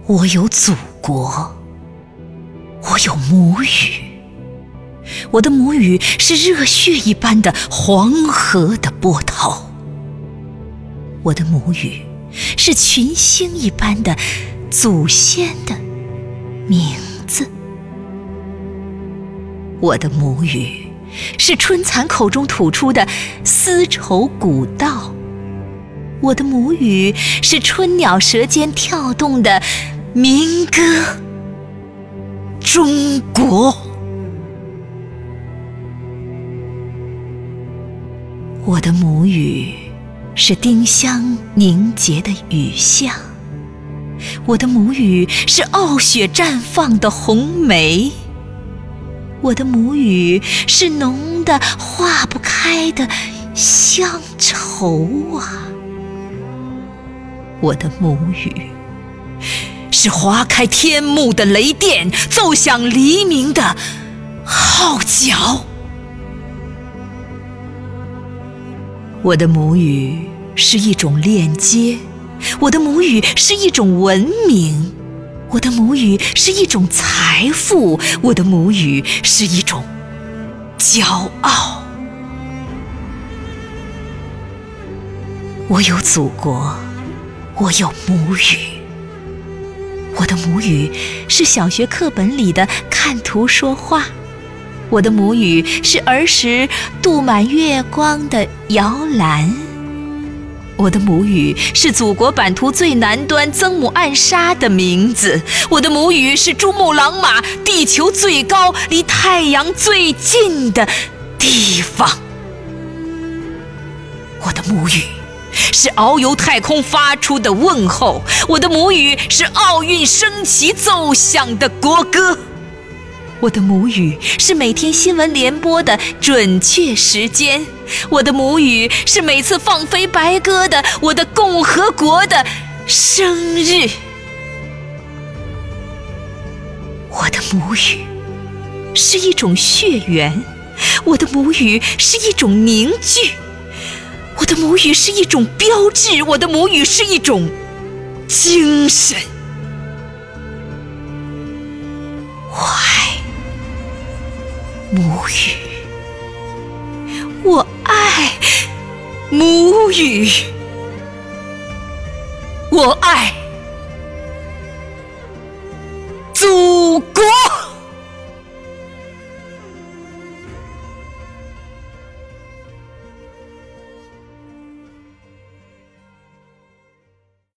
我有祖国，我有母语。我的母语是热血一般的黄河的波涛，我的母语是群星一般的祖先的名字，我的母语是春蚕口中吐出的丝绸古道，我的母语是春鸟舌尖跳动的民歌中国。我的母语是丁香凝结的雨巷，我的母语是傲雪绽放的红梅，我的母语是浓的化不开的乡愁啊，我的母语是划开天幕的雷电，奏响黎明的号角。我的母语是一种链接，我的母语是一种文明，我的母语是一种财富，我的母语是一种骄傲。我有祖国，我有母语。我的母语是小学课本里的看图说话，我的母语是儿时镀满月光的摇篮，我的母语是祖国版图最南端曾母暗沙的名字，我的母语是珠穆朗玛地球最高离太阳最近的地方，我的母语是遨游太空发出的问候，我的母语是奥运升旗奏响的国歌，我的母语是每天新闻联播的准确时间，我的母语是每次放飞白鸽的我的共和国的生日，我的母语是一种血缘，我的母语是一种凝聚，我的母语是一种标志，我的母语是一种精神。我爱母语，我爱母语，我爱